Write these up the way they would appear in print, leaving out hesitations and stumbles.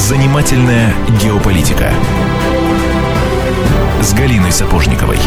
Занимательная геополитика с Галиной Сапожниковой.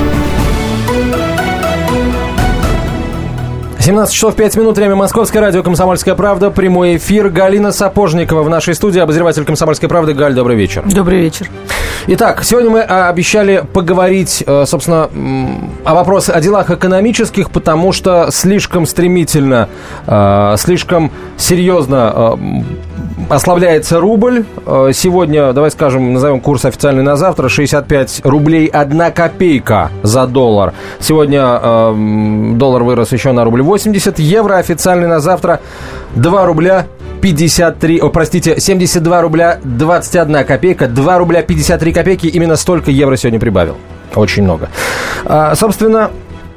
17 часов 5 минут, время Московское радио «Комсомольская правда», прямой эфир. Галина Сапожникова в нашей студии, обозреватель «Комсомольской правды». Галь, добрый вечер. Добрый вечер. Итак, сегодня мы обещали поговорить, собственно, о делах экономических, потому что слишком стремительно, слишком серьезно ослабляется рубль. Сегодня, давай скажем, назовем курс официальный на завтра, 65 рублей 1 копейка за доллар. Сегодня доллар вырос еще на рубль 80. Евро официальный на завтра 2 рубля 72 рубля 21 копейка, 2 рубля 53 копейки. Именно столько евро сегодня прибавил. Очень много. Собственно,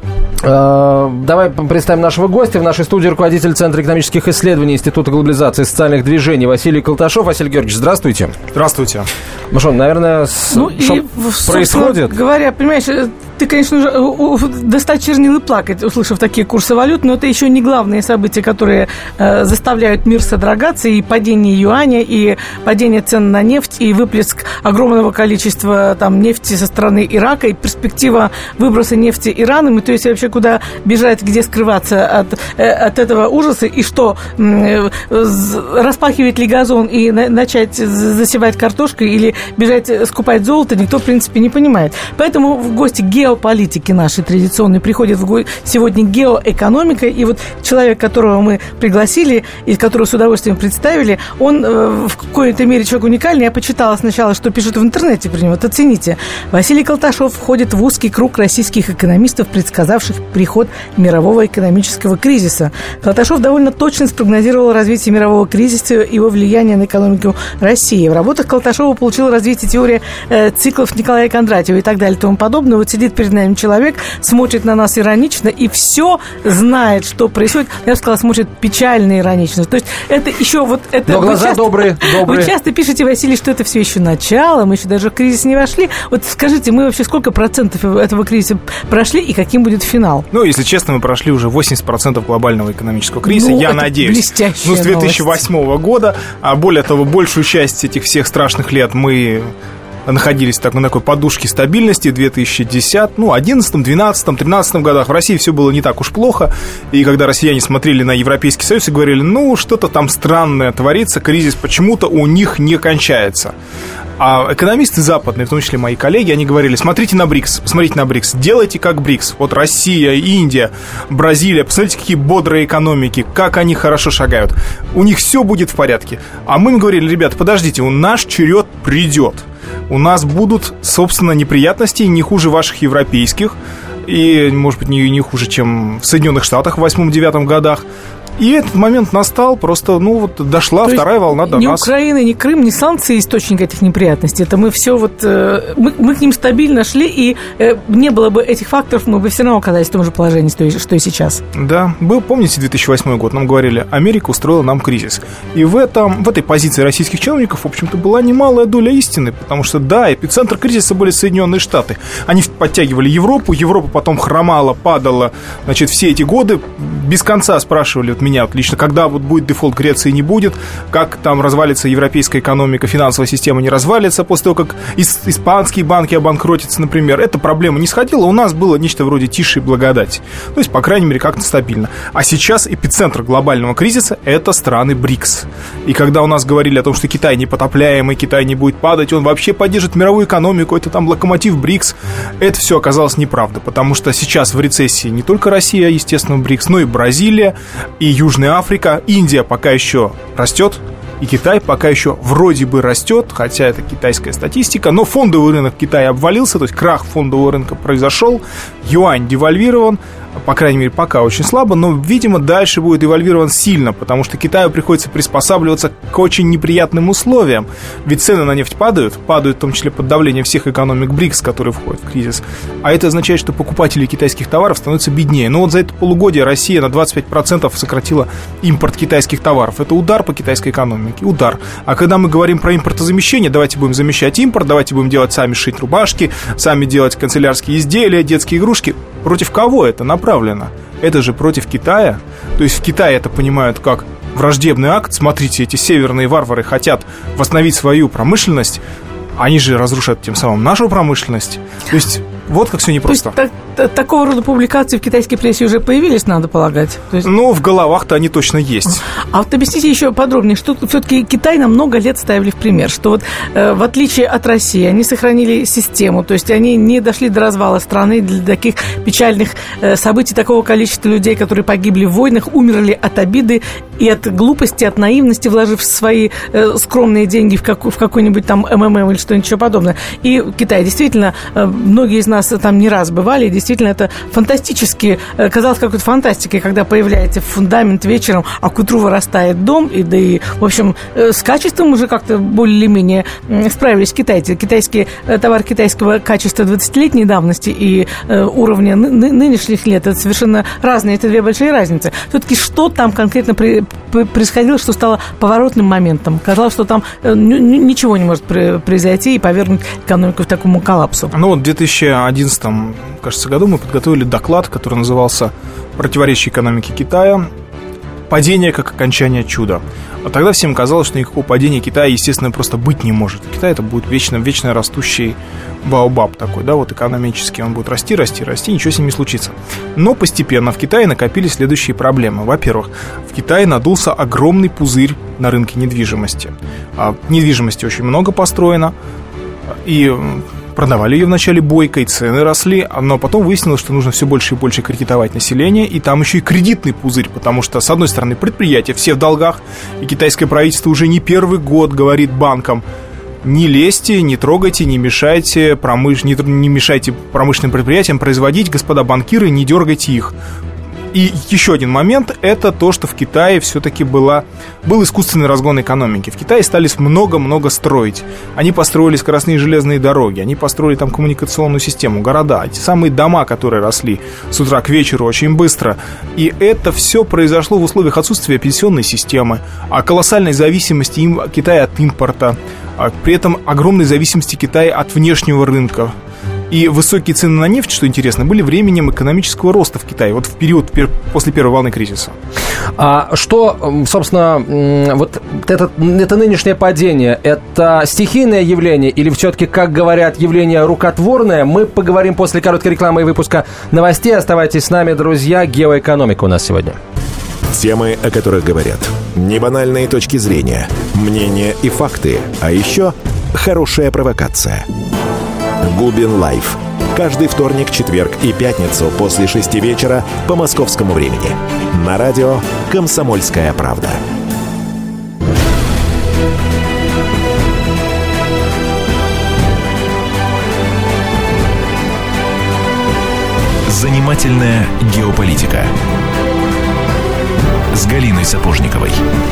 давай представим нашего гостя. В нашей студии руководитель Центра экономических исследований Института глобализации и социальных движений Василий Колташов. Василий Георгиевич, здравствуйте. Здравствуйте. Ну что, наверное, что происходит? Говоря, понимаешь, ты, конечно, уже достать чернил и плакать, услышав такие курсы валют, но это еще не главные события, которые заставляют мир содрогаться, и падение юаня, и падение цен на нефть, и выплеск огромного количества нефти со стороны Ирака, и перспектива выброса нефти Ираном, и то есть вообще куда бежать, где скрываться от этого ужаса, и что, распахивать ли газон и начать засевать картошкой, или бежать скупать золото, никто, в принципе, не понимает. Поэтому в гости геополитики нашей традиционной приходит сегодня геоэкономика, и вот человек, которого мы пригласили, и которого с удовольствием представили, он в какой-то мере человек уникальный. Я почитала сначала, что пишут в интернете про него, вот оцените. Василий Колташов входит в узкий круг российских экономистов, предсказавших приход мирового экономического кризиса. Колташов довольно точно спрогнозировал развитие мирового кризиса и его влияние на экономику России. В работах Колташова получила развитие теория циклов Николая Кондратьева и так далее и тому подобное. Вот сидит перед нами человек, смотрит на нас иронично и все знает, что происходит. Я бы сказала, смотрит печально иронично. То есть это еще вот это... Но глаза добрые. Вы часто пишете, Василий, что это все еще начало, мы еще даже в кризис не вошли. Вот скажите, мы вообще сколько процентов этого кризиса прошли и каким будет финал? Ну, если честно, мы прошли уже 80% глобального экономического кризиса, я надеюсь. С 2008 года, а более того, большую часть этих всех страшных лет мы находились на такой подушке стабильности в 2010, 11, 12, 13 годах. В России все было не так уж плохо. И когда россияне смотрели на Европейский Союз и говорили, что-то там странное творится, кризис почему-то у них не кончается. А экономисты западные, в том числе мои коллеги, они говорили, смотрите на БРИКС, посмотрите на БРИКС, делайте как БРИКС. Вот Россия, Индия, Бразилия, посмотрите, какие бодрые экономики, как они хорошо шагают. У них все будет в порядке. А мы им говорили, ребята, подождите, наш черед придет. У нас будут, собственно, неприятности не хуже ваших европейских. И, может быть, не хуже, чем в Соединенных Штатах в 8-9 годах. И этот момент настал, просто, дошла вторая волна до нас. Ни Украина, ни Крым, ни санкции источник этих неприятностей. Это мы все мы к ним стабильно шли, и не было бы этих факторов, мы бы все равно оказались в том же положении, что и сейчас. Да, помните, 2008 год, нам говорили, Америка устроила нам кризис. И в этой позиции российских чиновников, в общем-то, была немалая доля истины, потому что, да, эпицентр кризиса были Соединенные Штаты. Они подтягивали Европу, Европа потом хромала, падала, все эти годы без конца спрашивали меня лично, когда будет дефолт Греции, не будет, как там развалится европейская экономика, финансовая система не развалится после того, как испанские банки обанкротятся, например. Эта проблема не сходила, у нас было нечто вроде тиши и благодати. То есть, по крайней мере, как-то стабильно. А сейчас эпицентр глобального кризиса – это страны БРИКС. И когда у нас говорили о том, что Китай непотопляемый, Китай не будет падать, он вообще поддержит мировую экономику, это там локомотив БРИКС, это все оказалось неправда, потому что сейчас в рецессии не только Россия, естественно, БРИКС, но и Бразилия, и Южная Африка, Индия пока еще растет, и Китай пока еще вроде бы растет, хотя это китайская статистика, но фондовый рынок Китая обвалился, то есть крах фондового рынка произошел, юань девальвирован, по крайней мере, пока очень слабо, но, видимо, дальше будет девальвирован сильно, потому что Китаю приходится приспосабливаться к очень неприятным условиям. Ведь цены на нефть падают в том числе под давлением всех экономик БРИКС, которые входят в кризис. А это означает, что покупатели китайских товаров становятся беднее. Но за это полугодие Россия на 25% сократила импорт китайских товаров. Это удар по китайской экономике, удар. А когда мы говорим про импортозамещение, давайте будем замещать импорт, давайте будем делать сами шить рубашки, сами делать канцелярские изделия, детские игрушки. Против кого это направлено? Это же против Китая. То есть в Китае это понимают как враждебный акт. Смотрите, эти северные варвары хотят восстановить свою промышленность, они же разрушат тем самым нашу промышленность. То есть вот как все непросто. То есть такого рода публикации в китайской прессе уже появились, надо полагать? То есть... Ну, в головах-то они точно есть. А вот объясните еще подробнее, что все-таки Китай нам много лет ставили в пример, что вот в отличие от России они сохранили систему, то есть они не дошли до развала страны, для таких печальных событий, такого количества людей, которые погибли в войнах, умерли от обиды и от глупости, от наивности, вложив свои скромные деньги в какой-нибудь там МММ или что-нибудь еще подобное. И Китай действительно, многие из нас там не раз бывали, и действительно это фантастически, казалось какой-то фантастикой, когда появляется фундамент вечером, а к утру вырастает дом, и да и, в общем, с качеством уже как-то более-менее справились китайцы. Китайский товар китайского качества 20-летней давности и уровня нынешних лет, это совершенно разные, это две большие разницы. Все-таки что там конкретно происходило, что стало поворотным моментом? Казалось, что там ничего не может произойти и повергнуть экономику в такому коллапсу. Ну вот в 2011, кажется, году мы подготовили доклад, который назывался «Противоречие экономики Китая. Падение как окончание чуда». А тогда всем казалось, что никакого падения Китая, естественно, просто быть не может. Китай это будет вечно растущий баобаб такой, да, вот экономически он будет расти, ничего с ним не случится. Но постепенно в Китае накопились следующие проблемы. Во-первых, в Китае надулся огромный пузырь на рынке недвижимости. Недвижимости очень много построено, и продавали ее вначале бойко, и цены росли, но потом выяснилось, что нужно все больше и больше кредитовать население, и там еще и кредитный пузырь, потому что, с одной стороны, предприятия все в долгах, и китайское правительство уже не первый год говорит банкам: не лезьте, не трогайте, не мешайте промышленным предприятиям производить, господа банкиры, не дергайте их. И еще один момент, это то, что в Китае все-таки был искусственный разгон экономики. В Китае стали много-много строить. Они построили скоростные железные дороги, они построили там коммуникационную систему, города, эти самые дома, которые росли с утра к вечеру очень быстро. И это все произошло в условиях отсутствия пенсионной системы, колоссальной зависимости Китая от импорта, при этом огромной зависимости Китая от внешнего рынка. И высокие цены на нефть, что интересно, были временем экономического роста в Китае, вот в период после первой волны кризиса. А что, собственно, вот это нынешнее падение, это стихийное явление или все-таки, как говорят, явление рукотворное? Мы поговорим после короткой рекламы и выпуска новостей. Оставайтесь с нами, друзья. Геоэкономика у нас сегодня. Темы, о которых говорят. Небанальные точки зрения, мнения и факты. А еще хорошая провокация. Губин Лайв. Каждый вторник, четверг и пятницу после 6 вечера по московскому времени. На радио «Комсомольская правда». Занимательная геополитика с Галиной Сапожниковой.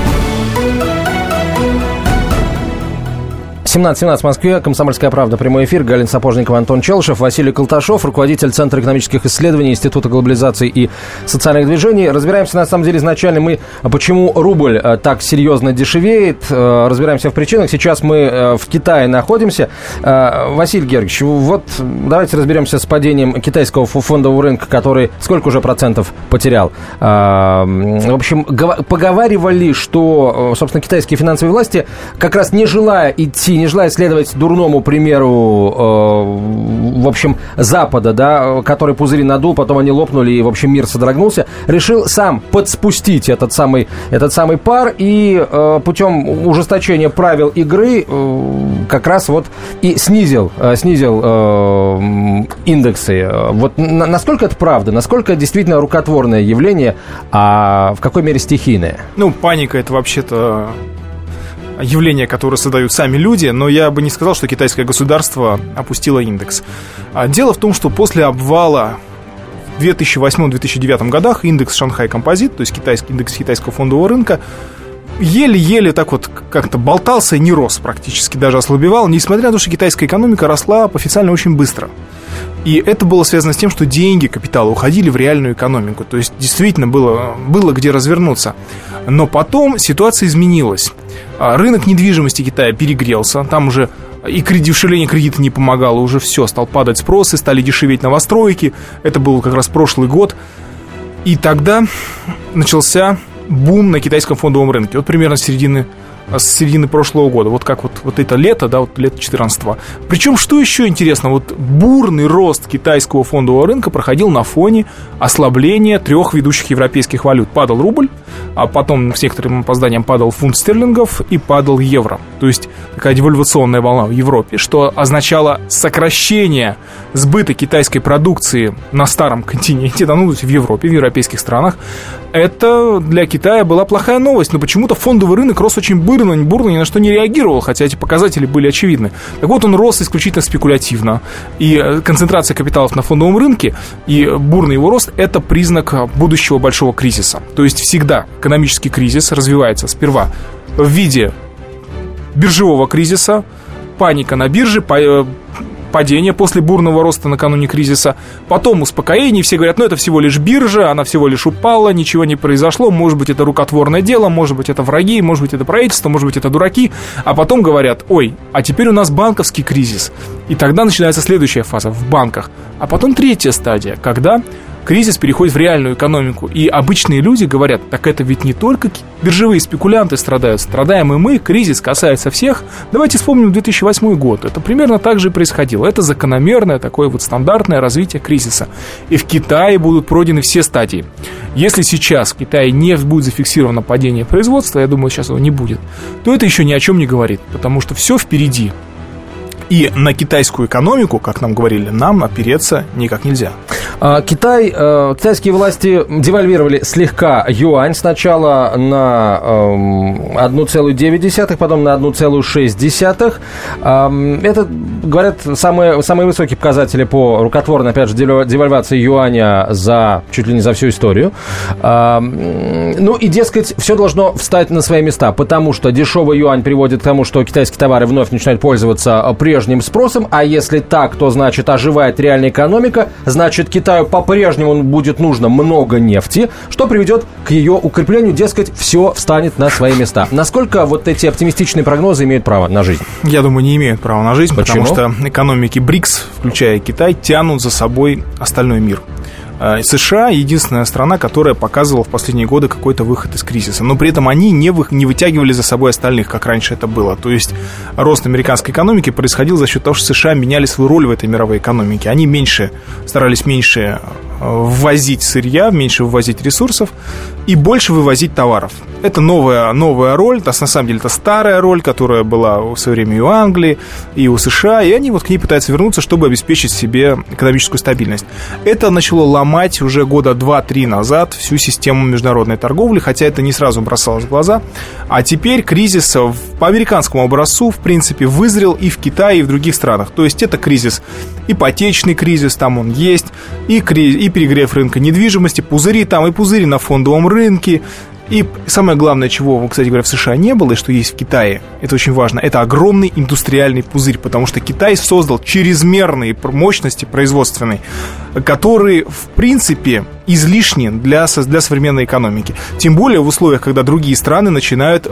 17:17 в Москве, «Комсомольская правда», прямой эфир, Галина Сапожникова, Антон Челышев, Василий Колташов, руководитель Центра экономических исследований Института глобализации и социальных движений. Разбираемся, на самом деле, изначально почему рубль так серьезно дешевеет, разбираемся в причинах. Сейчас мы в Китае находимся. Василий Георгиевич, вот давайте разберемся с падением китайского фондового рынка, который сколько уже процентов потерял. В общем, поговаривали, что, собственно, китайские финансовые власти, как раз не желая следовать дурному примеру, в общем, Запада, да, который пузыри надул, потом они лопнули, и, в общем, мир содрогнулся, решил сам подспустить этот самый пар и путем ужесточения правил игры как раз вот и снизил индексы. Вот насколько это правда? Насколько это действительно рукотворное явление, а в какой мере стихийное? Ну, паника – это вообще-то явление, которое создают сами люди, но я бы не сказал, что китайское государство опустило индекс. Дело в том, что после обвала в 2008-2009 годах индекс Шанхай Композит, то есть индекс китайского фондового рынка, еле-еле так вот как-то болтался и не рос практически, даже ослабевал, несмотря на то, что китайская экономика росла официально очень быстро. И это было связано с тем, что деньги, капиталы уходили в реальную экономику. То есть действительно было где развернуться. Но потом ситуация изменилась. Рынок недвижимости Китая перегрелся. Там уже и дешевление кредита не помогало. Уже все, стал падать спрос, и стали дешеветь новостройки. Это был как раз прошлый год. И тогда начался бум на китайском фондовом рынке. Вот примерно с середины прошлого года. Вот как вот это лето, да, вот лето 14-го. Причем, что еще интересно, вот бурный рост китайского фондового рынка проходил на фоне ослабления 3 ведущих европейских валют. Падал рубль, а потом с некоторым опозданием падал фунт стерлингов и падал евро. То есть такая девальвационная волна в Европе, что означало сокращение сбыта китайской продукции на старом континенте, да, ну, в Европе, в европейских странах. Это для Китая была плохая новость, но почему-то фондовый рынок рос очень бурно, ни на что не реагировал, хотя эти показатели были очевидны. Так вот, он рос исключительно спекулятивно, и концентрация капиталов на фондовом рынке и бурный его рост – это признак будущего большого кризиса. То есть всегда экономический кризис развивается сперва в виде биржевого кризиса, паника на бирже, падение после бурного роста накануне кризиса, потом успокоение, все говорят, ну это всего лишь биржа, она всего лишь упала, ничего не произошло, может быть это рукотворное дело, может быть это враги, может быть это правительство, может быть это дураки, а потом говорят, ой, а теперь у нас банковский кризис, и тогда начинается следующая фаза в банках, а потом третья стадия, когда кризис переходит в реальную экономику, и обычные люди говорят, так это ведь не только биржевые спекулянты страдают, страдаем и мы, кризис касается всех. Давайте вспомним 2008 год, это примерно так же и происходило, это закономерное такое вот стандартное развитие кризиса, и в Китае будут пройдены все стадии. Если сейчас в Китае не будет зафиксировано падение производства, я думаю, сейчас его не будет, то это еще ни о чем не говорит, потому что все впереди. И на китайскую экономику, как нам говорили, нам опереться никак нельзя. Китайские власти девальвировали слегка юань. Сначала на 1,9, потом на 1,6. Это, говорят, самые высокие показатели по рукотворной, опять же, девальвации юаня чуть ли не за всю историю. Ну и, дескать, все должно встать на свои места, потому что дешевый юань приводит к тому, что китайские товары вновь начинают пользоваться прежним спросом, а если так, то, значит, оживает реальная экономика, значит, Китаю по-прежнему будет нужно много нефти, что приведет к ее укреплению, дескать, все встанет на свои места. Насколько вот эти оптимистичные прогнозы имеют право на жизнь? Я думаю, не имеют права на жизнь. Почему? Потому что экономики БРИКС, включая Китай, тянут за собой остальной мир. США – единственная страна, которая показывала в последние годы какой-то выход из кризиса. Но при этом они не вытягивали за собой остальных, как раньше это было. То есть рост американской экономики происходил за счет того, что США меняли свою роль в этой мировой экономике. Они старались меньше ввозить сырья, меньше вывозить ресурсов и больше вывозить товаров. Это новая роль, на самом деле это старая роль, которая была в свое время и у Англии, и у США, и они вот к ней пытаются вернуться, чтобы обеспечить себе экономическую стабильность. Это начало ломать уже года 2-3 назад всю систему международной торговли, хотя это не сразу бросалось в глаза. А теперь кризис по американскому образцу, в принципе, вызрел и в Китае, и в других странах. То есть это кризис, ипотечный кризис, там он есть, и перегрев рынка недвижимости, пузыри там, и пузыри на фондовом рынке. И самое главное, чего, кстати говоря, в США не было, и что есть в Китае, это очень важно, это огромный индустриальный пузырь, потому что Китай создал чрезмерные мощности производственные, которые, в принципе, излишни для современной экономики. Тем более в условиях, когда другие страны начинают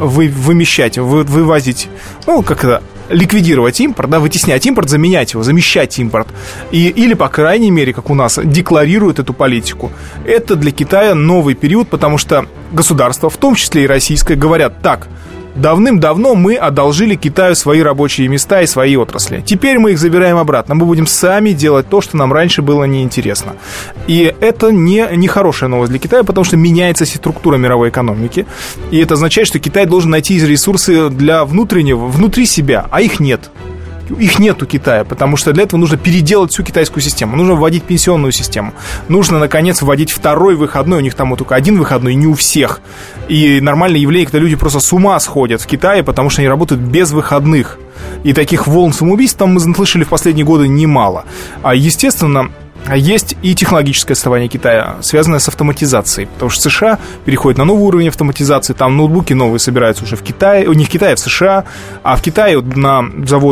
вывозить, ликвидировать импорт, да, вытеснять импорт, заменять его, замещать импорт. Или, по крайней мере, как у нас, декларируют эту политику. Это для Китая новый период, потому что государства, в том числе и российское, говорят так: давным-давно мы одолжили Китаю свои рабочие места и свои отрасли. Теперь мы их забираем обратно. Мы будем сами делать то, что нам раньше было неинтересно. И это не хорошая новость для Китая, потому что меняется структура мировой экономики. И это означает, что Китай должен найти ресурсы для внутри себя, а их нет. Их нет у Китая, потому что для этого нужно переделать всю китайскую систему. Нужно вводить пенсионную систему. Нужно, наконец, вводить второй выходной. У них там только один выходной, не у всех. И нормальное явление, когда люди просто с ума сходят в Китае, потому что они работают без выходных. И таких волн самоубийств там мы слышали в последние годы немало. А, естественно, есть и технологическое отставание Китая, связанное с автоматизацией. Потому что США переходят на новый уровень автоматизации. Там ноутбуки новые собираются уже в Китае. Не в Китае, а в США. А в Китае на заводах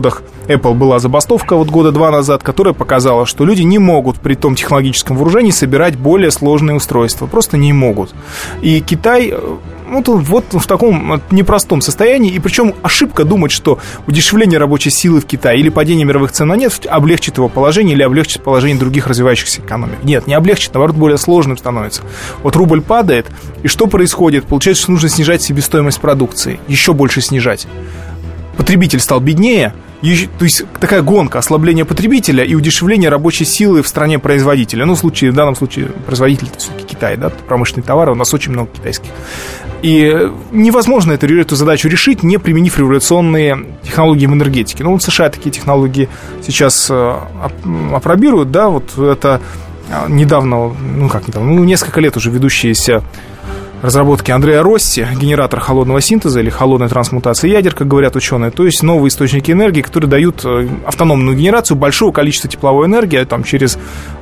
Apple была забастовка вот года 2 назад, которая показала, что люди не могут при том технологическом вооружении собирать более сложные устройства. Просто не могут. И Китай... Вот в таком непростом состоянии. И причем ошибка думать, что удешевление рабочей силы в Китае или падение мировых цен на нефть облегчит его положение или облегчит положение других развивающихся экономик. Нет, не облегчит, наоборот, более сложным становится. Вот рубль падает, и что происходит? Получается, что нужно снижать себестоимость продукции, еще больше снижать. Потребитель стал беднее, то есть такая гонка, ослабление потребителя и удешевление рабочей силы в стране производителя. Ну, в данном случае производитель это все-таки Китай, да, промышленные товары, у нас очень много китайских. И невозможно эту задачу решить, не применив революционные технологии в энергетике. Ну, вот США такие технологии сейчас апробируют, да, вот это недавно, несколько лет уже ведущиеся разработки Андреа Росси, генератор холодного синтеза или холодной трансмутации ядер, как говорят ученые, то есть новые источники энергии, которые дают автономную генерацию большого количества тепловой энергии, там через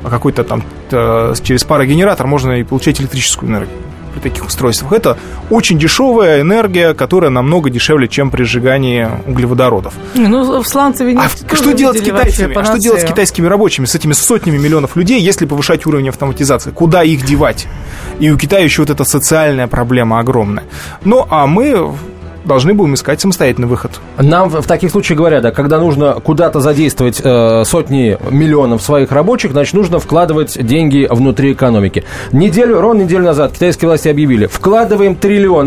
через парогенератор можно и получать электрическую энергию при таких устройствах. Это очень дешевая энергия, которая намного дешевле, чем при сжигании углеводородов. Ну, в сланцеве что делать с китайцами? А что делать с китайскими рабочими, с этими сотнями миллионов людей, если повышать уровень автоматизации? Куда их девать? И у Китая еще вот эта социальная проблема огромная. Ну, а мы должны будем искать самостоятельный выход. Нам в таких случаях говорят, да, когда нужно куда-то задействовать сотни миллионов своих рабочих, значит, нужно вкладывать деньги внутри экономики. Ровно неделю назад китайские власти объявили, вкладываем $1 триллион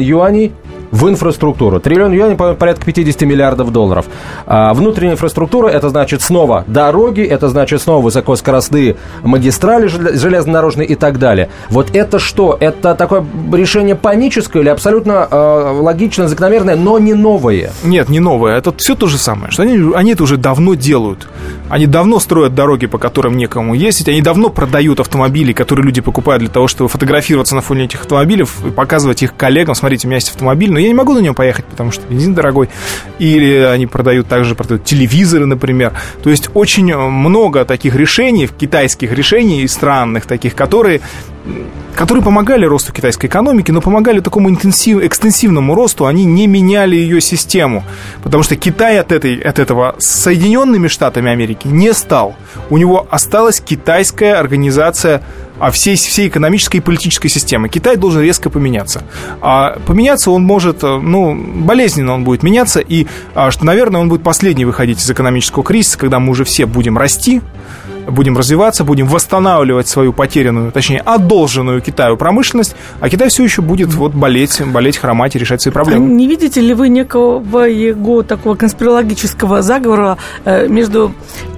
в инфраструктуру. $1 триллион, порядка 50 миллиардов долларов. Внутренняя инфраструктура, это значит снова дороги, это значит снова высокоскоростные магистрали железнодорожные и так далее. Вот это что? Это такое решение паническое или абсолютно логичное, закономерное, но не новое? Нет, не новое. Это все то же самое. Что они это уже давно делают. Они давно строят дороги, по которым некому ездить. Они давно продают автомобили, которые люди покупают для того, чтобы фотографироваться на фоне этих автомобилей и показывать их коллегам. Смотрите, у меня есть автомобиль, но я не могу на нем поехать, потому что бензин дорогой. Или они продают телевизоры, например. То есть очень много таких решений, китайских решений, странных таких, которые помогали росту китайской экономики, но помогали такому экстенсивному росту, они не меняли ее систему. Потому что Китай от этого с Соединенными Штатами Америки не стал. У него осталась китайская организация всей экономической и политической системы. Китай должен резко поменяться. А поменяться он может, болезненно он будет меняться, и, наверное, он будет последний выходить из экономического кризиса, когда мы уже все будем расти, будем развиваться, будем восстанавливать свою потерянную, точнее, одолженную Китаю промышленность, а Китай все еще будет болеть, хромать и решать свои проблемы. Не видите ли вы некого такого конспирологического заговора между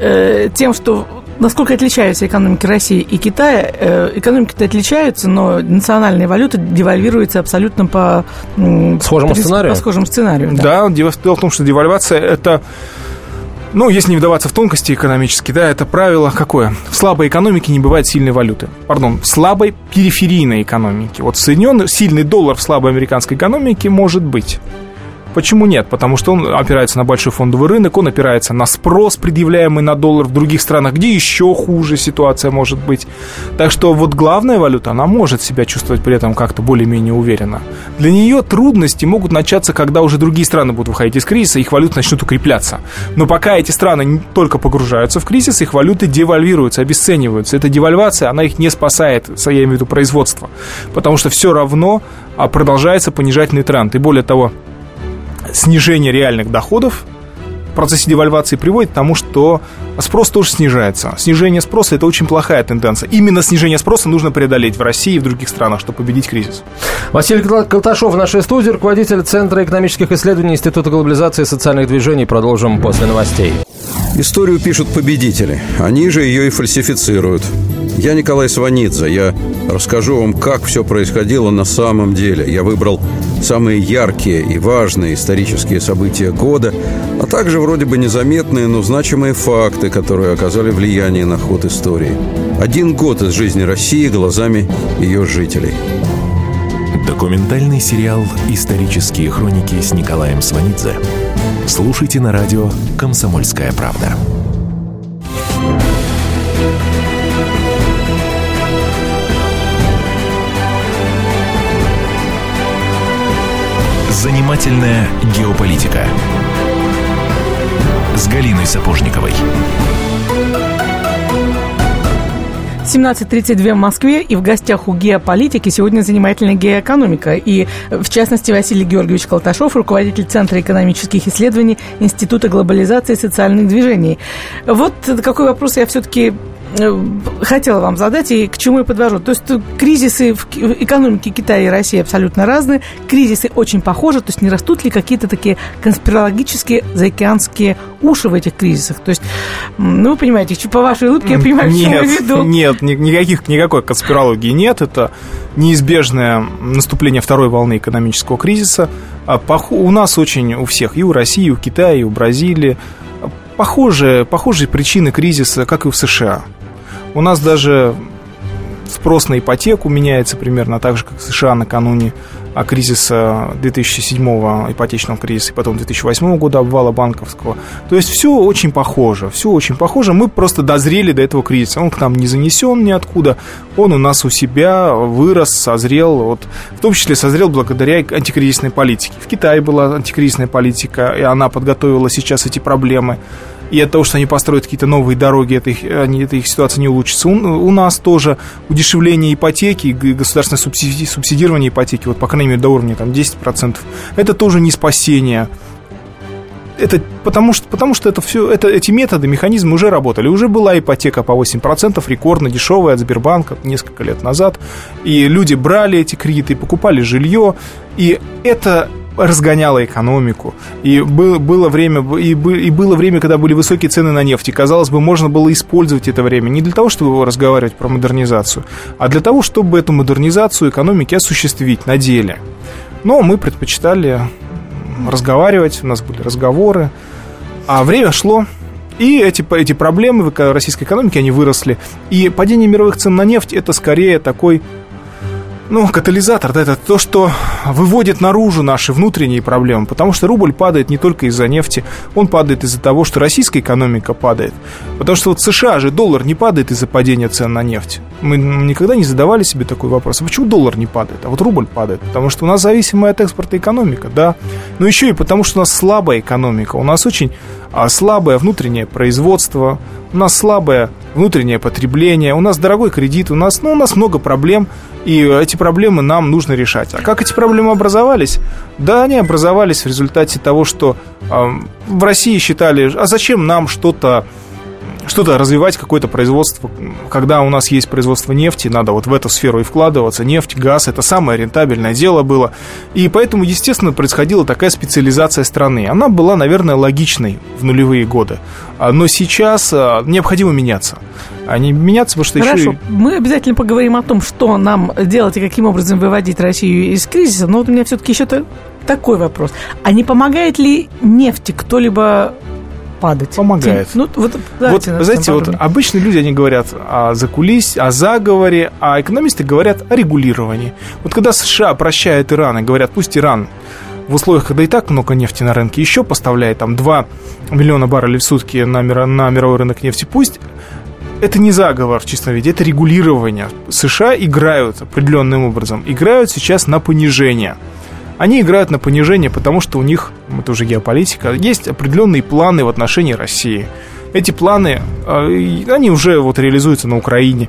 тем, что насколько отличаются экономики России и Китая? Экономики-то отличаются, но национальные валюты девальвируются абсолютно по схожему сценарию. Да, дело в том, что девальвация – это... если не вдаваться в тонкости экономические, да, это правило какое? В слабой экономике не бывает сильной валюты. В слабой периферийной экономике. Вот сильный доллар в слабой американской экономике может быть. Почему нет? Потому что он опирается на большой фондовый рынок, он опирается на спрос, предъявляемый на доллар в других странах, где еще хуже ситуация может быть. Так что вот главная валюта, она может себя чувствовать при этом как-то более-менее уверенно. Для нее трудности могут начаться, когда уже другие страны будут выходить из кризиса, их валюты начнут укрепляться. Но пока эти страны только погружаются в кризис, их валюты девальвируются, обесцениваются. Эта девальвация, она их не спасает, я имею в виду производство, потому что все равно продолжается понижательный тренд. И более того, снижение реальных доходов в процессе девальвации приводит к тому, что спрос тоже снижается. Снижение спроса – это очень плохая тенденция. Именно снижение спроса нужно преодолеть в России и в других странах, чтобы победить кризис. Василий Колташов в нашей студии, руководитель Центра экономических исследований Института глобализации и социальных движений. Продолжим после новостей. Историю пишут победители. Они же ее и фальсифицируют. Я Николай Сванидзе. Я расскажу вам, как все происходило на самом деле. Я выбрал самые яркие и важные исторические события года, а также вроде бы незаметные, но значимые факты, которые оказали влияние на ход истории. 1 год из жизни России глазами ее жителей. Документальный сериал «Исторические хроники» с Николаем Сванидзе. Слушайте на радио «Комсомольская правда». Занимательная геополитика. с Галиной Сапожниковой. 17:32 в Москве, и в гостях у геополитики сегодня занимательная геоэкономика. И, в частности, Василий Георгиевич Колташов, руководитель Центра экономических исследований Института глобализации и социальных движений. Вот какой вопрос я все-таки хотела вам задать, и к чему я подвожу. То есть кризисы в экономике Китая и России абсолютно разные, кризисы очень похожи, то есть не растут ли какие-то такие конспирологические заокеанские уши в этих кризисах? То есть, ну, вы понимаете, по вашей улыбке я понимаю, к чему я веду. Нет, никакой конспирологии нет, это неизбежное наступление второй волны экономического кризиса. У нас очень, у всех, и у России, и у Китая, и у Бразилии, похожие причины кризиса, как и в США. У нас даже спрос на ипотеку меняется примерно так же, как в США накануне кризиса 2007-го, ипотечного кризиса, и потом 2008 года, обвала банковского. То есть все очень похоже. Мы просто дозрели до этого кризиса. Он к нам не занесен ниоткуда. Он у нас у себя вырос, созрел. Вот, в том числе созрел благодаря антикризисной политике. В Китае была антикризисная политика, и она подготовила сейчас эти проблемы. И от того, что они построят какие-то новые дороги, эта их ситуация не улучшится. У нас тоже удешевление ипотеки, государственное субсидирование ипотеки, вот, по крайней мере, до уровня там, 10%, это тоже не спасение. Это потому что эти методы, механизмы уже работали. Уже была ипотека по 8%, рекордно дешевая от Сбербанка несколько лет назад. И люди брали эти кредиты, покупали жилье. И это разгоняло экономику. И было время, когда были высокие цены на нефть. И, казалось бы, можно было использовать это время не для того, чтобы разговаривать про модернизацию, а для того, чтобы эту модернизацию экономики осуществить на деле. Но мы предпочитали разговаривать, у нас были разговоры, а время шло, и эти проблемы в российской экономике, они выросли. И падение мировых цен на нефть – это скорее такой, катализатор, да, это то, что выводит наружу наши внутренние проблемы, потому что рубль падает не только из-за нефти, он падает из-за того, что российская экономика падает, потому что вот в США же доллар не падает из-за падения цен на нефть. Мы никогда не задавали себе такой вопрос, а почему доллар не падает, а вот рубль падает? Потому что у нас зависимая от экспорта экономика, да, но еще и потому, что у нас слабая экономика, у нас очень слабое внутреннее производство, у нас слабое внутреннее потребление, у нас дорогой кредит, у нас много проблем, и эти проблемы нам нужно решать. А как эти проблемы образовались? Да, они образовались в результате того, что в России считали, а зачем нам что-то развивать, какое-то производство, когда у нас есть производство нефти, надо вот в эту сферу и вкладываться. Нефть, газ – это самое рентабельное дело было. И поэтому, естественно, происходила такая специализация страны. Она была, наверное, логичной в нулевые годы. Но сейчас необходимо меняться. А не меняться, потому что Хорошо. еще... Мы обязательно поговорим о том, что нам делать и каким образом выводить Россию из кризиса. Но вот у меня все-таки еще такой вопрос. А не помогает ли нефти кто-либо падать? Помогает. Знаете, обычно люди, они говорят о закулисье, о заговоре, а экономисты говорят о регулировании. Вот когда США прощает Иран и говорят, пусть Иран в условиях, когда и так много нефти на рынке, еще поставляет там 2 миллиона баррелей в сутки на мировой рынок нефти, пусть это не заговор в чистом виде, это регулирование. США играют определенным образом, играют сейчас на понижение. Они играют на понижение, потому что у них, это уже геополитика, есть определенные планы в отношении России. Эти планы, они уже вот реализуются на Украине.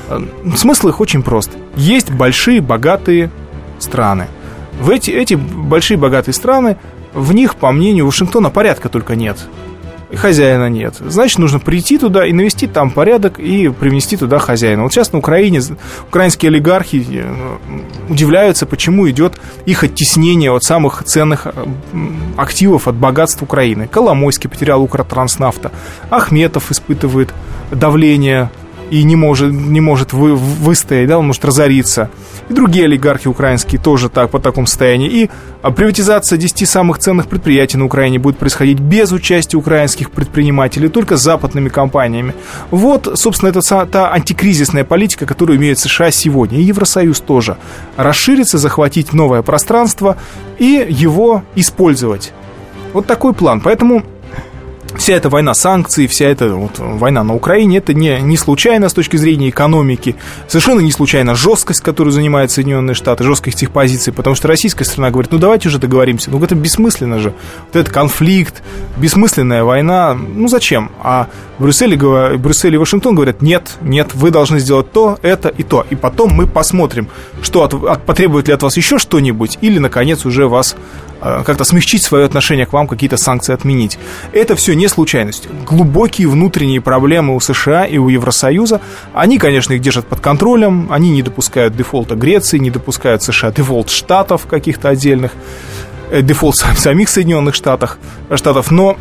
Смысл их очень прост. Есть большие, богатые страны. В эти большие, богатые страны, в них, по мнению Вашингтона, порядка только нет. Хозяина нет. Значит, нужно прийти туда и навести там порядок и привнести туда хозяина. Вот сейчас на Украине украинские олигархи удивляются, почему идет их оттеснение от самых ценных активов, от богатств Украины. Коломойский потерял Укртранснафта, Ахметов испытывает давление и не может выстоять, да, он может разориться. И другие олигархи украинские тоже по такому состоянию. И приватизация 10 самых ценных предприятий на Украине будет происходить без участия украинских предпринимателей, только с западными компаниями. Вот, собственно, это та антикризисная политика, которую имеет США сегодня. И Евросоюз тоже. Расшириться, захватить новое пространство и его использовать. Вот такой план. Поэтому вся эта война санкций, вся эта вот война на Украине, это не случайно с точки зрения экономики, совершенно не случайно жесткость, которую занимают Соединенные Штаты, жесткость их позиций, потому что российская страна говорит, ну давайте уже договоримся, ну это бессмысленно же, вот этот конфликт, бессмысленная война, ну зачем? А Брюссель и Вашингтон говорят, нет, вы должны сделать то, это и то, и потом мы посмотрим, что потребует ли от вас еще что-нибудь, или, наконец, уже вас как-то смягчить свое отношение к вам, какие-то санкции отменить. Это все не случайность. Глубокие внутренние проблемы у США и у Евросоюза. Они, конечно, их держат под контролем. Они не допускают дефолта Греции, не допускают США дефолт Штатов каких-то отдельных, дефолт самих Соединенных Штатов. Но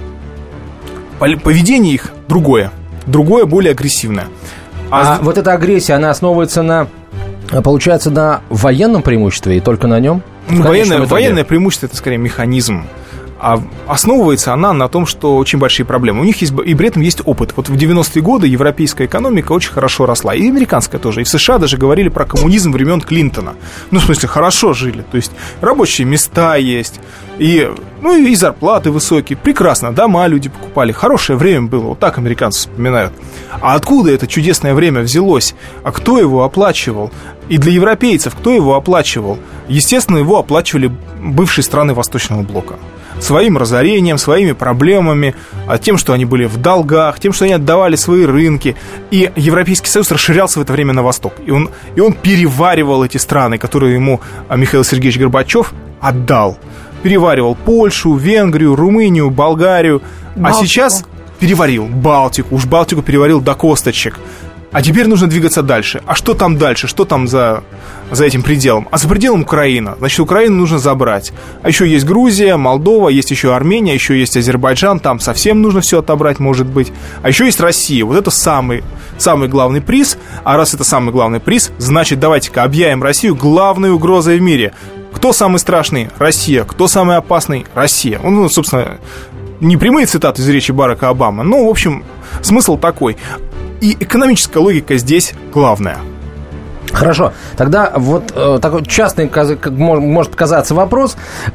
поведение их другое, более агрессивное. А вот эта агрессия, она основывается получается, на военном преимуществе и только на нем? Военное преимущество – это скорее механизм. А основывается она на том, что очень большие проблемы. У них есть, и при этом есть опыт. Вот в 90-е годы европейская экономика очень хорошо росла. И американская тоже. И в США даже говорили про коммунизм времен Клинтона. Ну, в смысле, хорошо жили. То есть рабочие места есть. И зарплаты высокие. Прекрасно. Дома люди покупали. Хорошее время было. Вот так американцы вспоминают. А откуда это чудесное время взялось? А кто его оплачивал? И для европейцев кто его оплачивал? Естественно, его оплачивали бывшие страны Восточного блока. Своим разорением, своими проблемами, тем, что они были в долгах, тем, что они отдавали свои рынки. И Европейский Союз расширялся в это время на восток. И он переваривал эти страны, которые ему Михаил Сергеевич Горбачев отдал. Переваривал Польшу, Венгрию, Румынию, Болгарию. Балтику. А сейчас переварил Балтику. Уж Балтику переварил до косточек. А теперь нужно двигаться дальше. А что там дальше? Что там за этим пределом? А за пределом Украина. Значит, Украину нужно забрать. А еще есть Грузия, Молдова, есть еще Армения, еще есть Азербайджан. Там совсем нужно все отобрать, может быть. А еще есть Россия. Вот это самый главный приз. А раз это самый главный приз, значит, давайте-ка объявим Россию главной угрозой в мире. Кто самый страшный? Россия. Кто самый опасный? Россия. Собственно, не прямые цитаты из речи Барака Обамы. Но, в общем, смысл такой. И экономическая логика здесь главная. Хорошо, тогда вот такой частный, может казаться вопрос.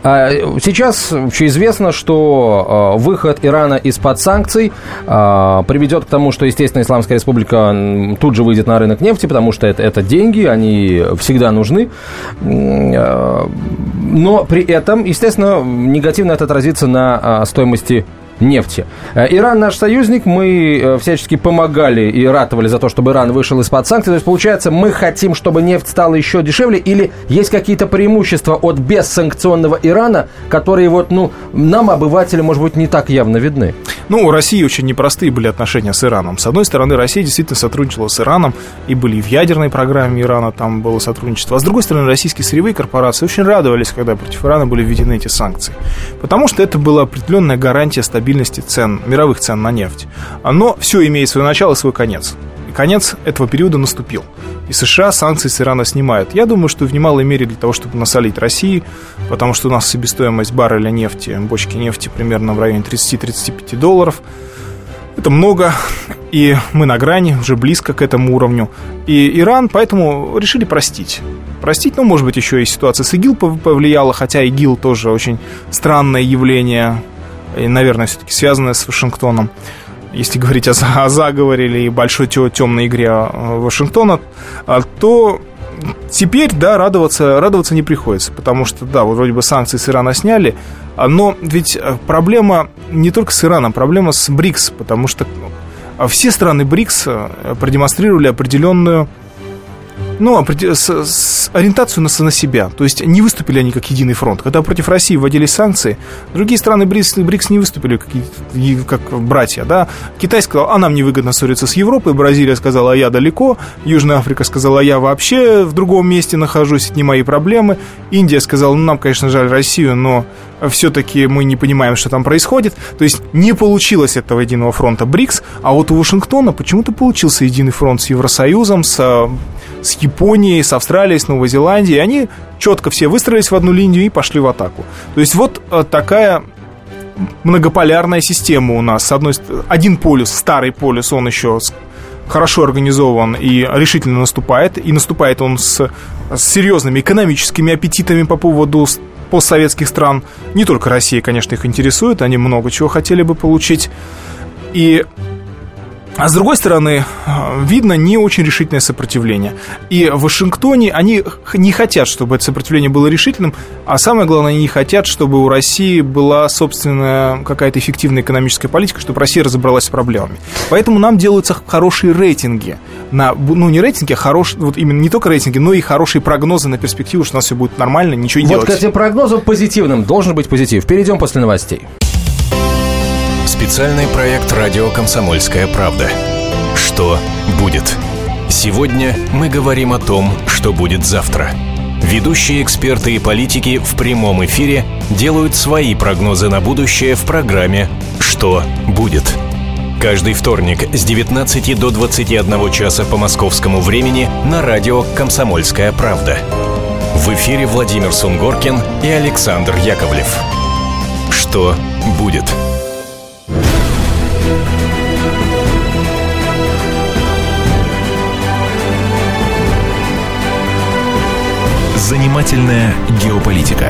Сейчас вообще известно, что выход Ирана из-под санкций приведет к тому, что, естественно, Исламская Республика тут же выйдет на рынок нефти, потому что это деньги, они всегда нужны. Но при этом, естественно, негативно это отразится на стоимости нефти. Иран наш союзник, мы всячески помогали и ратовали за то, чтобы Иран вышел из-под санкций. То есть, получается, мы хотим, чтобы нефть стала еще дешевле, или есть какие-то преимущества от бессанкционного Ирана, которые нам, обывателям, может быть, не так явно видны? У России очень непростые были отношения с Ираном. С одной стороны, Россия действительно сотрудничала с Ираном, и были и в ядерной программе Ирана там было сотрудничество. А с другой стороны, российские сырьевые корпорации очень радовались, когда против Ирана были введены эти санкции. Потому что это была определенная гарантия стабильности цен, мировых цен на нефть. Но все имеет свое начало и свой конец. И конец этого периода наступил. И США санкции с Ирана снимают. Я думаю, что в немалой мере для того, чтобы насолить России, потому что у нас себестоимость барреля нефти, бочки нефти примерно в районе $30-35. Это много, и мы на грани, уже близко к этому уровню. И Иран поэтому решили простить. Может быть, еще и ситуация с ИГИЛ повлияла, хотя ИГИЛ тоже очень странное явление, и, наверное, все-таки связанное с Вашингтоном. Если говорить о заговоре или большой темной игре Вашингтона, то теперь, да, радоваться не приходится. Потому что, да, вроде бы санкции с Ирана сняли, но ведь проблема не только с Ираном, проблема с БРИКС, потому что все страны БРИКС продемонстрировали определенную ориентацию на себя. То есть не выступили они как единый фронт. Когда против России вводились санкции, другие страны БРИКС не выступили как братья. Да? Китай сказал, а нам невыгодно ссориться с Европой. Бразилия сказала, а я далеко. Южная Африка сказала, а я вообще в другом месте нахожусь, это не мои проблемы. Индия сказала, нам, конечно, жаль Россию, но все-таки мы не понимаем, что там происходит. То есть не получилось этого единого фронта БРИКС, а вот у Вашингтона почему-то получился единый фронт с Евросоюзом, с Японией, с Австралией, с Новой Зеландией. Они четко все выстроились в одну линию и пошли в атаку. То есть вот такая многополярная система у нас. С одной стороны, один полюс, старый полюс, он еще хорошо организован и решительно наступает. И наступает он с серьезными экономическими аппетитами по поводу постсоветских стран. Не только Россия, конечно, их интересует, они много чего хотели бы получить. А с другой стороны, видно не очень решительное сопротивление. И в Вашингтоне они не хотят, чтобы это сопротивление было решительным, а самое главное, они не хотят, чтобы у России была собственная какая-то эффективная экономическая политика, чтобы Россия разобралась с проблемами. Поэтому нам делаются хорошие рейтинги. Не рейтинги, а хорошие, вот именно не только рейтинги, но и хорошие прогнозы на перспективу, что у нас все будет нормально, ничего не делать. Вот к этим прогнозам позитивным должен быть позитив. Перейдем после новостей. Специальный проект «Радио Комсомольская правда». Что будет? Сегодня мы говорим о том, что будет завтра. Ведущие эксперты и политики в прямом эфире делают свои прогнозы на будущее в программе «Что будет?». Каждый вторник с 19 до 21 часа по московскому времени на радио «Комсомольская правда». В эфире Владимир Сунгоркин и Александр Яковлев. Что будет? Занимательная геополитика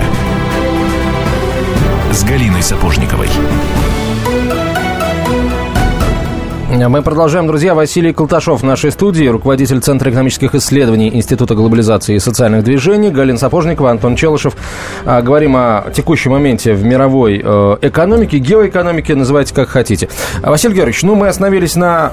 с Галиной Сапожниковой. Мы продолжаем, друзья. Василий Колташов в нашей студии, руководитель Центра экономических исследований Института глобализации и социальных движений, Галина Сапожникова, Антон Челышев. Говорим о текущем моменте в мировой экономике, геоэкономике, называйте как хотите. Василий Георгиевич, мы остановились на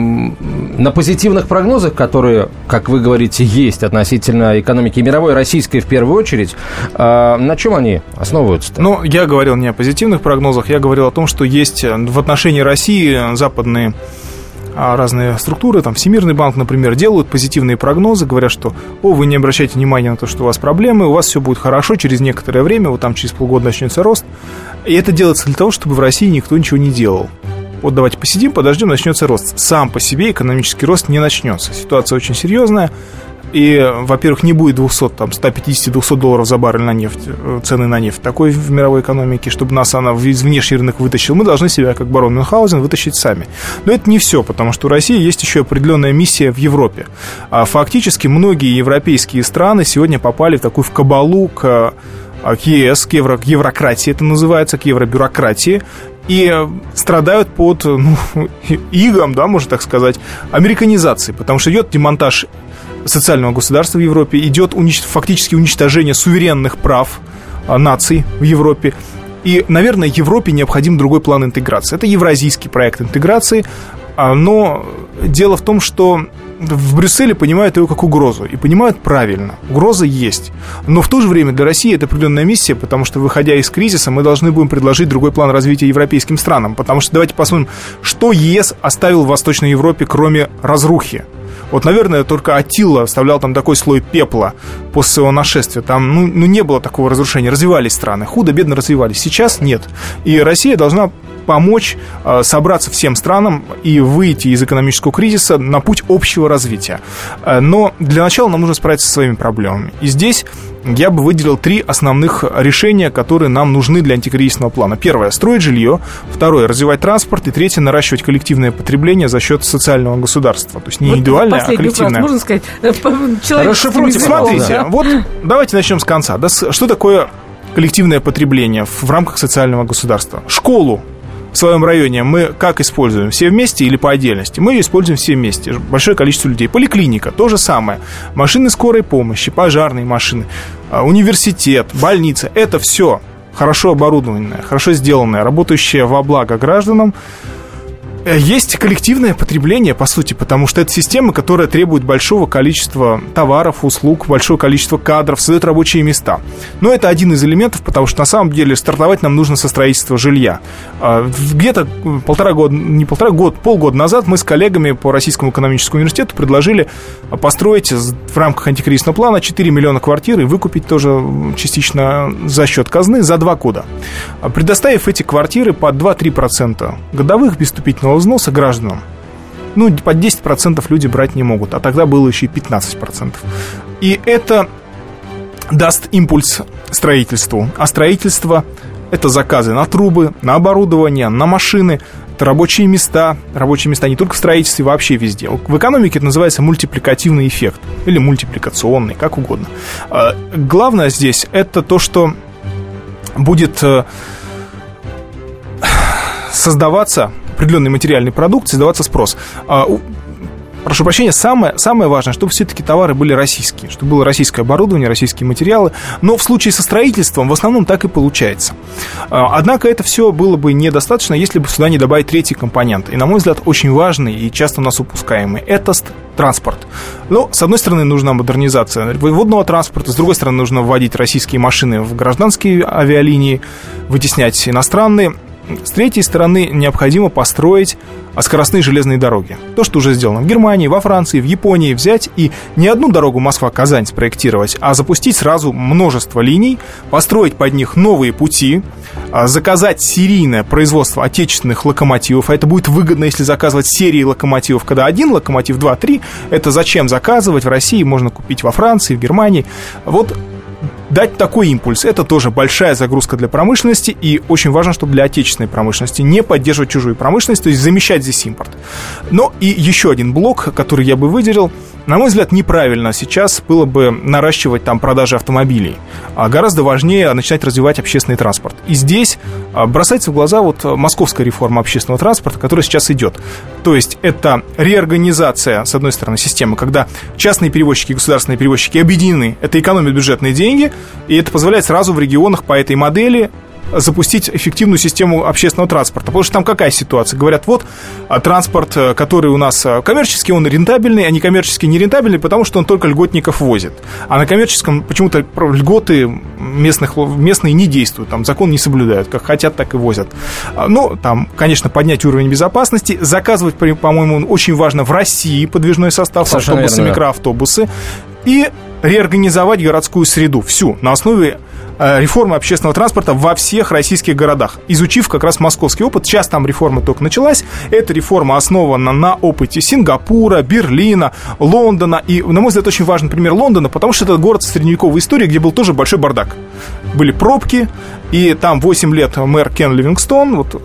позитивных прогнозах, которые, как вы говорите, есть относительно экономики мировой, российской в первую очередь. На чем они основываются-то? Я говорил не о позитивных прогнозах, я говорил о том, что есть в отношении России западные разные структуры, там Всемирный банк, например, делают позитивные прогнозы, говорят, что вы не обращайте внимания на то, что у вас проблемы, у вас все будет хорошо, через некоторое время, вот там через полгода начнется рост. И это делается для того, чтобы в России никто ничего не делал. Вот давайте посидим, подождем, начнется рост. Сам по себе экономический рост не начнется. Ситуация очень серьезная. И, во-первых, не будет 150-200 долларов за баррель на нефть, цены на нефть такой в мировой экономике, чтобы нас она из внешний рынок вытащила. Мы должны себя, как барон Мюнхгаузен, вытащить сами. Но это не все, потому что у России есть еще определенная миссия в Европе. Фактически многие европейские страны сегодня попали в кабалу к ЕС, к еврократии, это называется, к евробюрократии, и страдают под игом, можно так сказать, американизации, потому что идет демонтаж социального государства в Европе, идет фактически уничтожение суверенных прав наций в Европе. И, наверное, Европе необходим другой план интеграции. Это евразийский проект интеграции, но дело в том, что в Брюсселе понимают его как угрозу, и понимают правильно. Угроза есть. Но в то же время для России это определенная миссия, потому что, выходя из кризиса, мы должны будем предложить другой план развития европейским странам. Потому что давайте посмотрим, что ЕС оставил в Восточной Европе, кроме разрухи. Вот, наверное, только Аттила оставлял там такой слой пепла после своего нашествия. Там, не было такого разрушения. Развивались страны, худо-бедно развивались. Сейчас нет. И Россия должна помочь собраться всем странам и выйти из экономического кризиса на путь общего развития. Но для начала нам нужно справиться со своими проблемами. И здесь я бы выделил 3 основных решения, которые нам нужны для антикризисного плана. Первое – строить жилье. Второе – развивать транспорт. И третье – наращивать коллективное потребление за счет социального государства. То есть не индивидуальное, а коллективное. Можно сказать, расшифруйте, смотрите, вот давайте начнем с конца. Что такое коллективное потребление в рамках социального государства? Школу в своем районе мы как используем? Все вместе или по отдельности? Мы ее используем все вместе. Большое количество людей. Поликлиника, то же самое. Машины скорой помощи, пожарные машины, университет, больница. Это все хорошо оборудованное, хорошо сделанное, работающее во благо гражданам. Есть коллективное потребление, по сути, потому что это система, которая требует большого количества товаров, услуг, большое количество кадров, создает рабочие места. Но это один из элементов, потому что на самом деле стартовать нам нужно со строительства жилья. Где-то полгода назад мы с коллегами по Российскому экономическому университету предложили построить в рамках антикризисного плана 4 миллиона квартир и выкупить тоже частично за счет казны за 2 года. Предоставив эти квартиры под 2-3% годовых без вступительного взноса гражданам. Под 10% люди брать не могут, а тогда было еще и 15%. И это даст импульс строительству. А строительство – это заказы на трубы, на оборудование, на машины, это рабочие места не только в строительстве, вообще везде. В экономике это называется мультипликативный эффект или мультипликационный, как угодно. Главное здесь – это то, что будет создаваться определенный материальный продукт, создаваться спрос. Прошу прощения, самое важное, чтобы все-таки товары были российские, чтобы было российское оборудование, российские материалы. Но в случае со строительством в основном так и получается. Однако это все было бы недостаточно, если бы сюда не добавить третий компонент. И, на мой взгляд, очень важный и часто у нас упускаемый. Это транспорт. Но, с одной стороны, нужна модернизация водного транспорта, с другой стороны, нужно вводить российские машины в гражданские авиалинии, вытеснять иностранные. С третьей стороны, необходимо построить скоростные железные дороги. То, что уже сделано в Германии, во Франции, в Японии, взять и не одну дорогу Москва-Казань спроектировать, а запустить сразу множество линий, построить под них новые пути, заказать серийное производство отечественных локомотивов. А это будет выгодно, если заказывать серии локомотивов, когда один локомотив, 2-3. Это зачем заказывать? В России можно купить во Франции, в Германии. Вот дать такой импульс, это тоже большая загрузка для промышленности, и очень важно, чтобы для отечественной промышленности не поддерживать чужую промышленность, то есть замещать здесь импорт. Но и еще один блок, который я бы выделил, на мой взгляд, неправильно сейчас было бы наращивать там продажи автомобилей, а гораздо важнее начинать развивать общественный транспорт. И здесь бросается в глаза вот московская реформа общественного транспорта, которая сейчас идет. То есть это реорганизация, с одной стороны, системы, когда частные перевозчики и государственные перевозчики объединены, это экономит бюджетные деньги, и это позволяет сразу в регионах по этой модели запустить эффективную систему общественного транспорта. Потому что там какая ситуация? Говорят, вот транспорт, который у нас коммерческий, он рентабельный, а некоммерческий нерентабельный, потому что он только льготников возит. А на коммерческом почему-то льготы местные не действуют, там закон не соблюдают, как хотят, так и возят. Ну, там, конечно, поднять уровень безопасности, заказывать, по-моему, очень важно в России подвижной состав, совершенно автобусы, верно, микроавтобусы, и реорганизовать городскую среду всю на основе реформы общественного транспорта во всех российских городах, изучив как раз московский опыт. Сейчас там реформа только началась. Эта реформа основана на опыте Сингапура, Берлина, Лондона. И, на мой взгляд, очень важный пример Лондона, потому что это город с средневековой историей, где был тоже большой бардак. Были пробки, и там 8 лет мэр Кен Ливингстон, вот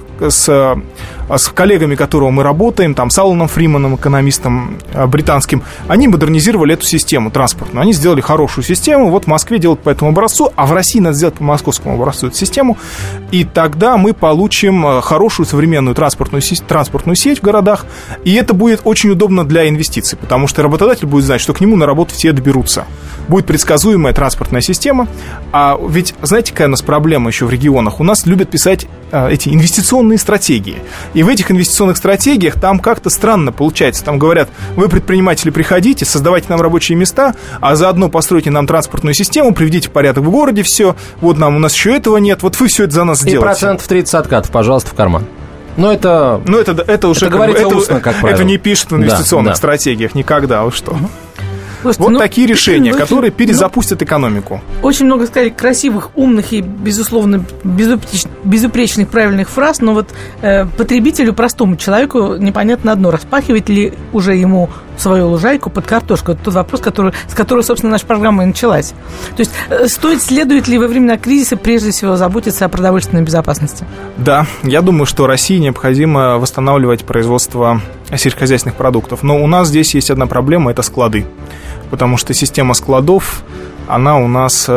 с коллегами, которого мы работаем, там, с Алланом Фриманом, экономистом британским, они модернизировали эту систему транспортную. Они сделали хорошую систему, вот в Москве делают по этому образцу, а в России надо сделать по московскому образцу эту систему, и тогда мы получим хорошую современную транспортную сеть в городах, и это будет очень удобно для инвестиций, потому что работодатель будет знать, что к нему на работу все доберутся. Будет предсказуемая транспортная система, а ведь, знаете, какая у нас проблема еще в регионах? У нас любят писать эти инвестиционные стратегии. И в этих инвестиционных стратегиях там как-то странно получается. Там говорят, вы, предприниматели, приходите, создавайте нам рабочие места, а заодно постройте нам транспортную систему, приведите в порядок в городе все. Вот у нас еще этого нет, вот вы все это за нас сделаете. И 30% откатов, пожалуйста, в карман. Но это уже говорится устно, как правило. Это не пишут в инвестиционных стратегиях никогда, вы что? Слушайте, вот такие решения, которые перезапустят экономику. Очень много сказали красивых, умных и, безусловно, безупречных, правильных фраз, но вот потребителю, простому человеку непонятно одно, распахивать ли уже ему свою лужайку под картошку. Это тот вопрос, с которого, собственно, наша программа и началась. То есть следует ли во времена кризиса прежде всего заботиться о продовольственной безопасности? Да, я думаю, что России необходимо восстанавливать производство сельскохозяйственных продуктов. Но у нас здесь есть одна проблема – это склады. Потому что система складов, она у нас,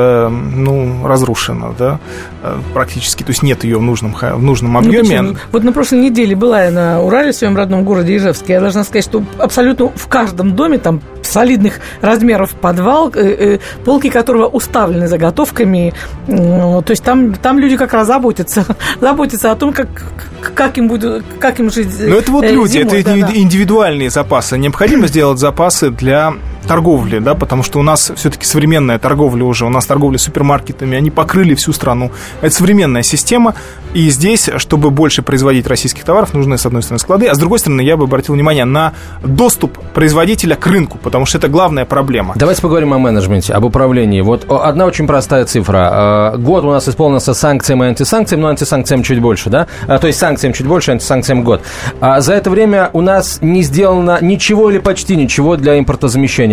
разрушена, да, практически. То есть нет ее в нужном объеме. Вот на прошлой неделе была я на Урале, в своем родном городе Ижевске. Я должна сказать, что абсолютно в каждом доме, там, солидных размеров подвал, полки которого уставлены заготовками. То есть там люди как раз заботятся о том, как им жить. Но это вот люди, зимой, это индивидуальные запасы. Необходимо сделать запасы для торговли, да, потому что у нас все-таки современная торговля уже, у нас торговля супермаркетами, они покрыли всю страну. Это современная система, и здесь, чтобы больше производить российских товаров, нужны, с одной стороны, склады, а с другой стороны, я бы обратил внимание на доступ производителя к рынку, потому что это главная проблема. Давайте поговорим о менеджменте, об управлении. Вот одна очень простая цифра. Год у нас исполнился санкциями и антисанкциями, но антисанкциям чуть больше, да? То есть санкциям чуть больше, антисанкциям год. За это время у нас не сделано ничего или почти ничего для импортозамещения.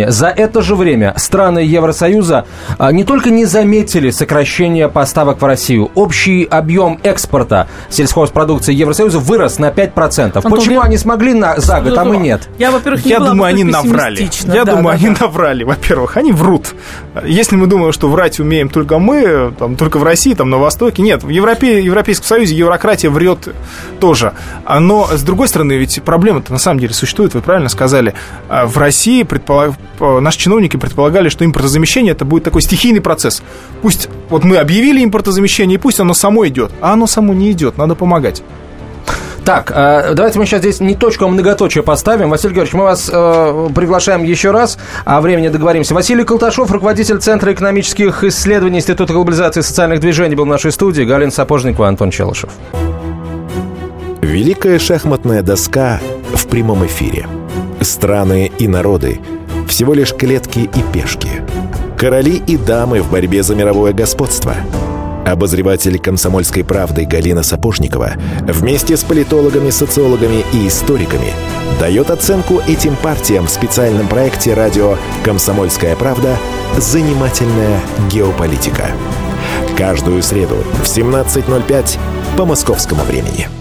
времени. За это же время страны Евросоюза не только не заметили сокращение поставок в Россию, общий объем экспорта сельхозпродукции Евросоюза вырос на 5%. Антон, почему они смогли за год, а мы нет? Во-первых, я думаю, они наврали. Они наврали, во-первых. Они врут. Если мы думаем, что врать умеем только мы, только в России, на Востоке, нет. В Европейском Союзе еврократия врет тоже. Но, с другой стороны, ведь проблема-то на самом деле существует, вы правильно сказали. В России наши чиновники предполагали, что импортозамещение это будет такой стихийный процесс. Пусть вот мы объявили импортозамещение, и пусть оно само идет. А оно само не идет, надо помогать. Так, давайте мы сейчас здесь не точку, а многоточие поставим. Василий Георгиевич, мы вас приглашаем еще раз, о времени договоримся. Василий Колташов, руководитель Центра экономических исследований Института глобализации и социальных движений, был в нашей студии. Галина Сапожникова, Антон Челышев. Великая шахматная доска в прямом эфире. Страны и народы – всего лишь клетки и пешки. Короли и дамы в борьбе за мировое господство. Обозреватель «Комсомольской правды» Галина Сапожникова вместе с политологами, социологами и историками дает оценку этим партиям в специальном проекте радио «Комсомольская правда. Занимательная геополитика». Каждую среду в 17:05 по московскому времени.